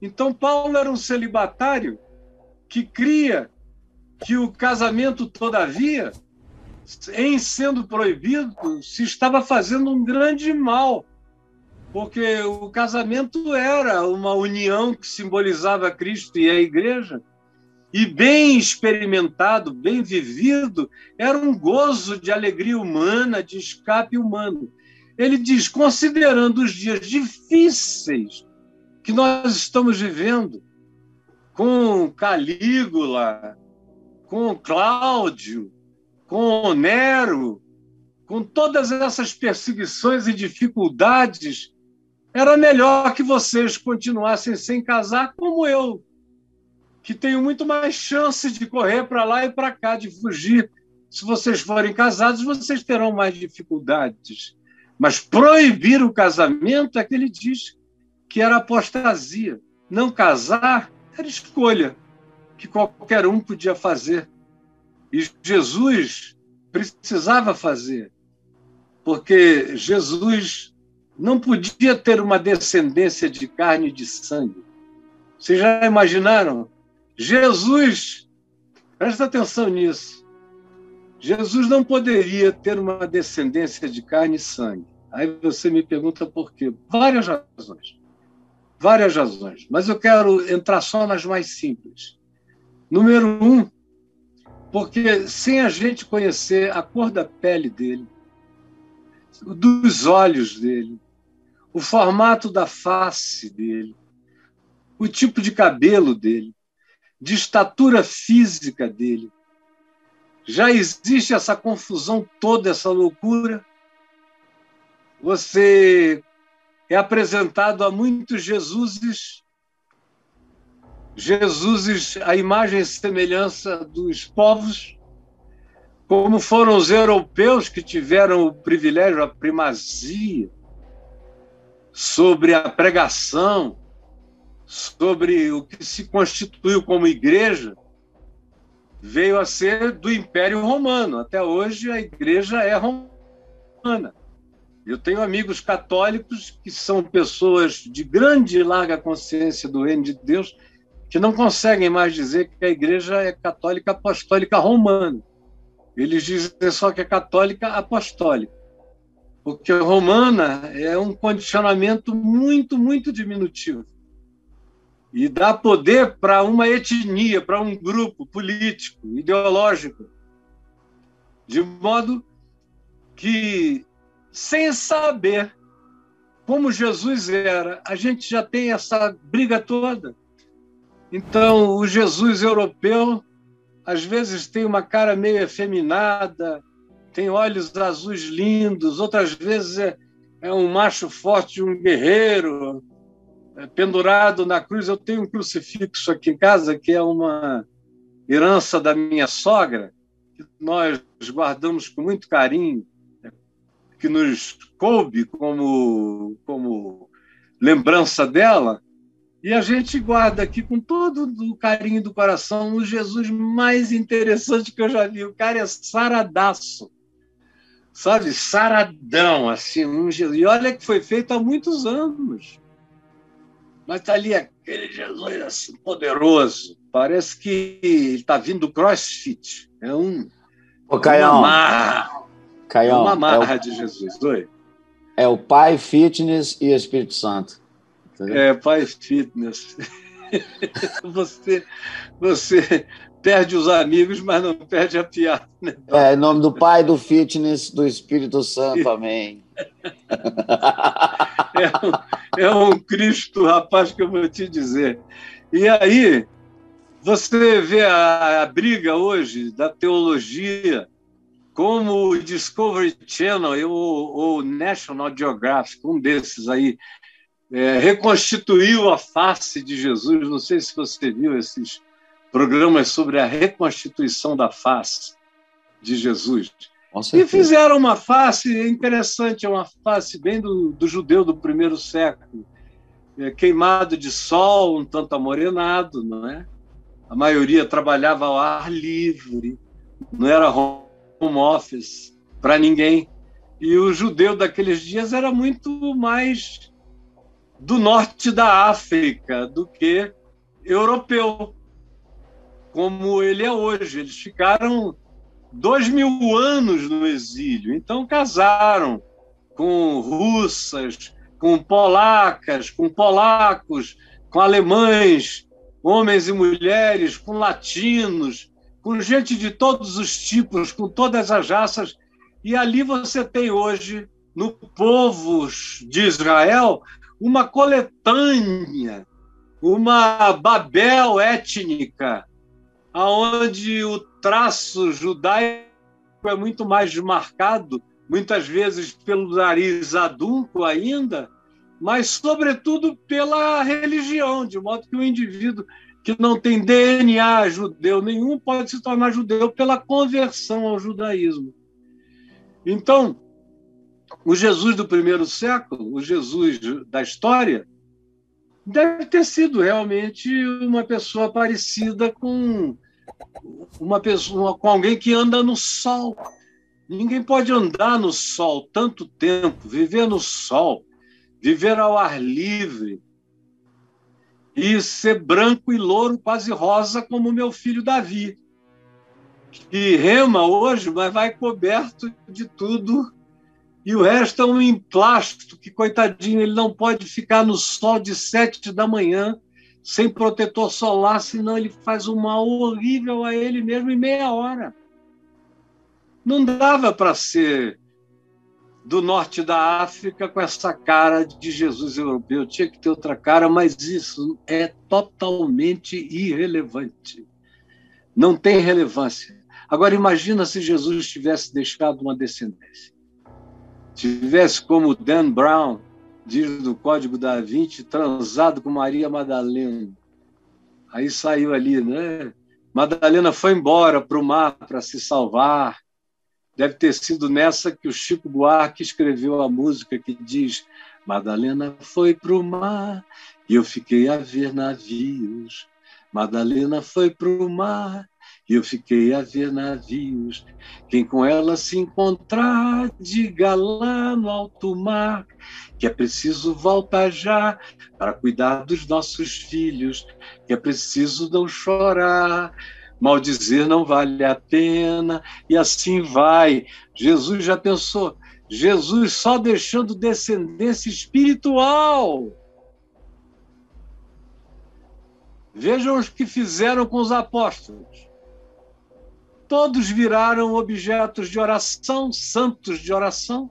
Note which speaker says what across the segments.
Speaker 1: Então, Paulo era um celibatário que cria que o casamento, todavia, em sendo proibido, se estava fazendo um grande mal, porque o casamento era uma união que simbolizava Cristo e a igreja, e bem experimentado, bem vivido, era um gozo de alegria humana, de escape humano. Ele diz, considerando os dias difíceis que nós estamos vivendo, com Calígula, com Cláudio, com Nero, com todas essas perseguições e dificuldades, era melhor que vocês continuassem sem casar como eu, que tenho muito mais chances de correr para lá e para cá, de fugir. Se vocês forem casados, vocês terão mais dificuldades. Mas proibir o casamento é que ele diz que era apostasia. Não casar era escolha que qualquer um podia fazer. E Jesus precisava fazer, porque Jesus não podia ter uma descendência de carne e de sangue. Vocês já imaginaram? Jesus, presta atenção nisso, Jesus não poderia ter uma descendência de carne e sangue. Aí você me pergunta por quê? Várias razões, mas eu quero entrar só nas mais simples. Número 1, porque sem a gente conhecer a cor da pele dele, dos olhos dele, o formato da face dele, o tipo de cabelo dele, de estatura física dele, já existe essa confusão toda, essa loucura. Você é apresentado a muitos Jesuses, à imagem e semelhança dos povos, como foram os europeus que tiveram o privilégio, a primazia sobre a pregação, sobre o que se constituiu como igreja, veio a ser do Império Romano. Até hoje a igreja é romana. Eu tenho amigos católicos que são pessoas de grande e larga consciência do reino de Deus, que não conseguem mais dizer que a igreja é católica apostólica romana. Eles dizem só que é católica apostólica, porque romana é um condicionamento muito, muito diminutivo. E dá poder para uma etnia, para um grupo político, ideológico, de modo que, sem saber como Jesus era, a gente já tem essa briga toda. Então, o Jesus europeu, às vezes, tem uma cara meio efeminada, tem olhos azuis lindos, outras vezes é um macho forte, um guerreiro, pendurado na cruz. Eu tenho um crucifixo aqui em casa, que é uma herança da minha sogra, que nós guardamos com muito carinho, que nos coube como lembrança dela, e a gente guarda aqui com todo o carinho do coração o Jesus mais interessante que eu já vi. O cara é saradaço, sabe? Saradão, assim, um Jesus. E olha que foi feito há muitos anos. Mas está ali aquele Jesus assim, poderoso. Parece que ele está vindo do CrossFit. É
Speaker 2: Caião,
Speaker 1: uma marra.
Speaker 2: Caião,
Speaker 1: uma marra de Jesus. Oi?
Speaker 2: É o Pai, Fitness e Espírito Santo. Entendeu?
Speaker 1: É, Pai Fitness. Você perde os amigos, mas não perde a piada. Né?
Speaker 2: Em nome do Pai, do Fitness, do Espírito Santo. Amém.
Speaker 1: É um Cristo, rapaz, que eu vou te dizer. E aí, você vê a briga hoje da teologia, como o Discovery Channel ou o National Geographic, um desses aí, reconstituiu a face de Jesus. Não sei se você viu esses programas sobre a reconstituição da face de Jesus. E fizeram uma face interessante, uma face bem do judeu do primeiro século, queimado de sol, um tanto amorenado, não é? A maioria trabalhava ao ar livre, não era home office para ninguém. E o judeu daqueles dias era muito mais do norte da África do que europeu, como ele é hoje. Eles ficaram 2000 anos no exílio, então casaram com russas, com polacas, com polacos, com alemães, homens e mulheres, com latinos, com gente de todos os tipos, com todas as raças. E ali você tem hoje, no povo de Israel, uma coletânea, uma Babel étnica, onde o traço judaico é muito mais marcado, muitas vezes pelo nariz adunco ainda, mas, sobretudo, pela religião, de modo que o indivíduo que não tem DNA judeu nenhum pode se tornar judeu pela conversão ao judaísmo. Então, o Jesus do primeiro século, o Jesus da história, deve ter sido realmente uma pessoa parecida com alguém que anda no sol. Ninguém pode andar no sol tanto tempo, viver no sol, viver ao ar livre e ser branco e louro, quase rosa, como meu filho Davi, que rema hoje, mas vai coberto de tudo, e o resto é um emplasto, que, coitadinho, ele não pode ficar no sol de 7 da manhã sem protetor solar, senão ele faz um mal horrível a ele mesmo em meia hora. Não dava para ser do norte da África com essa cara de Jesus europeu. Tinha que ter outra cara, mas isso é totalmente irrelevante. Não tem relevância. Agora, imagina se Jesus tivesse deixado uma descendência. Tivesse, como Dan Brown diz no Código da Vinci, transado com Maria Madalena. Aí saiu ali, né? Madalena foi embora para o mar para se salvar. Deve ter sido nessa que o Chico Buarque escreveu a música que diz: Madalena foi para o mar e eu fiquei a ver navios. Madalena foi para o mar e eu fiquei a ver navios. Quem com ela se encontrar, diga lá no alto mar que é preciso voltar já para cuidar dos nossos filhos, que é preciso não chorar, maldizer não vale a pena, e assim vai. Jesus já pensou, Jesus só deixando descendência espiritual. Vejam os que fizeram com os apóstolos. Todos viraram objetos de oração, santos de oração.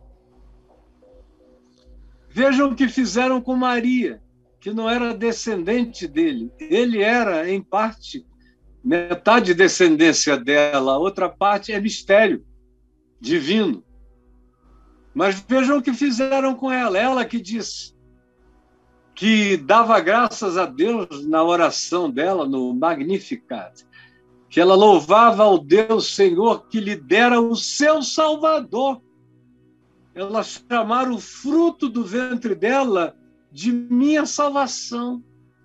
Speaker 1: Vejam o que fizeram com Maria, que não era descendente dele. Ele era, em parte, metade descendência dela, a outra parte é mistério divino. Mas vejam o que fizeram com ela. Ela que disse que dava graças a Deus na oração dela, no Magnificat, que ela louvava ao Deus Senhor que lhe dera o seu Salvador. Ela chamara o fruto do ventre dela de minha salvação.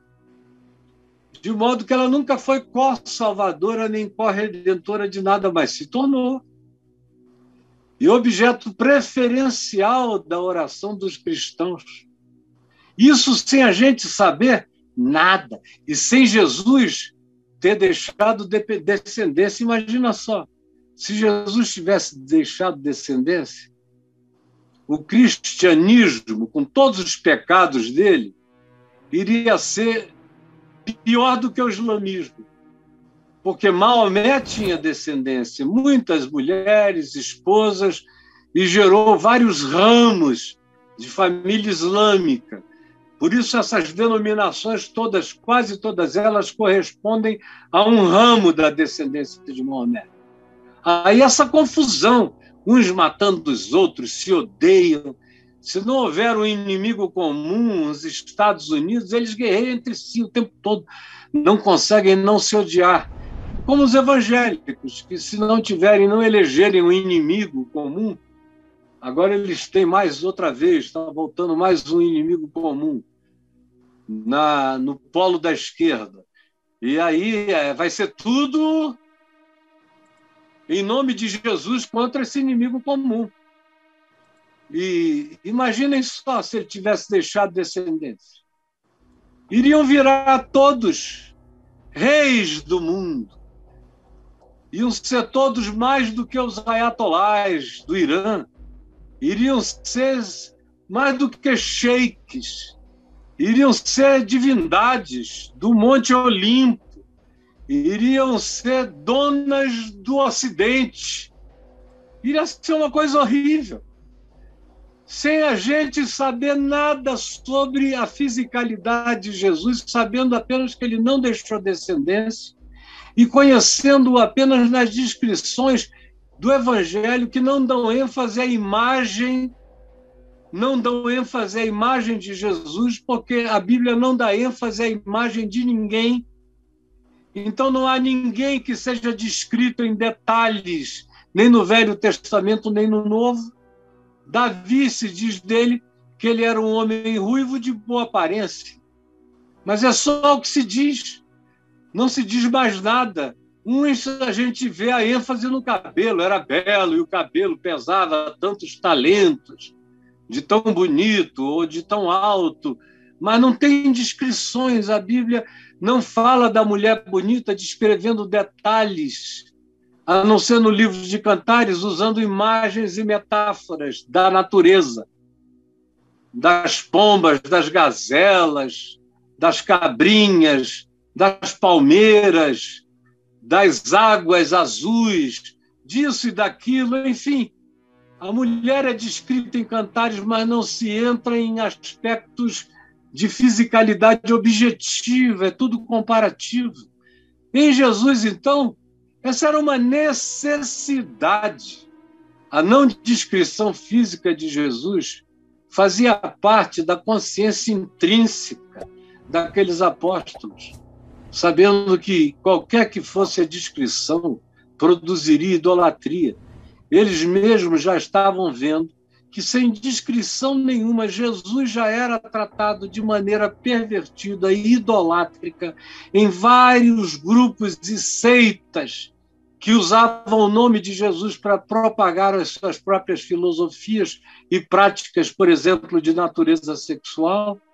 Speaker 1: De modo que ela nunca foi co-salvadora nem co-redentora de nada, mas se tornou. E objeto preferencial da oração dos cristãos. Isso sem a gente saber nada. E sem Jesus ter deixado descendência. Imagina só, se Jesus tivesse deixado descendência, o cristianismo, com todos os pecados dele, iria ser pior do que o islamismo. Porque Maomé tinha descendência, muitas mulheres, esposas, e gerou vários ramos de família islâmica. Por isso, essas denominações todas, quase todas elas, correspondem a um ramo da descendência de Maomé. Aí essa confusão, uns matando os outros, se odeiam. Se não houver um inimigo comum, os Estados Unidos, eles guerreiam entre si o tempo todo, não conseguem não se odiar. Como os evangélicos, que se não tiverem, não elegerem um inimigo comum, agora eles têm mais outra vez, está voltando mais um inimigo comum no polo da esquerda. E aí vai ser tudo em nome de Jesus contra esse inimigo comum. E imaginem só se ele tivesse deixado descendência. Iriam virar todos reis do mundo. Iam ser todos mais do que os ayatolás do Irã. Iriam ser mais do que sheiks. Iriam ser divindades do Monte Olimpo. Iriam ser donas do Ocidente. Iria ser uma coisa horrível. Sem a gente saber nada sobre a fisicalidade de Jesus, sabendo apenas que ele não deixou descendência e conhecendo-o apenas nas descrições do Evangelho, que não dão ênfase à imagem, não dão ênfase à imagem de Jesus, porque a Bíblia não dá ênfase à imagem de ninguém. Então não há ninguém que seja descrito em detalhes, nem no Velho Testamento, nem no Novo. Davi se diz dele que ele era um homem ruivo de boa aparência. Mas é só o que se diz. Não se diz mais nada. A gente vê a ênfase no cabelo. Era belo e o cabelo pesava tantos talentos, de tão bonito ou de tão alto. Mas não tem descrições. A Bíblia não fala da mulher bonita descrevendo detalhes, a não ser no livro de Cantares, usando imagens e metáforas da natureza, das pombas, das gazelas, das cabrinhas, das palmeiras, das águas azuis, disso e daquilo, enfim. A mulher é descrita em Cantares, mas não se entra em aspectos de fisicalidade objetiva, é tudo comparativo. Em Jesus, então, essa era uma necessidade. A não descrição física de Jesus fazia parte da consciência intrínseca daqueles apóstolos, sabendo que qualquer que fosse a descrição produziria idolatria. Eles mesmos já estavam vendo que, sem descrição nenhuma, Jesus já era tratado de maneira pervertida e idolátrica em vários grupos e seitas que usavam o nome de Jesus para propagar as suas próprias filosofias e práticas, por exemplo, de natureza sexual.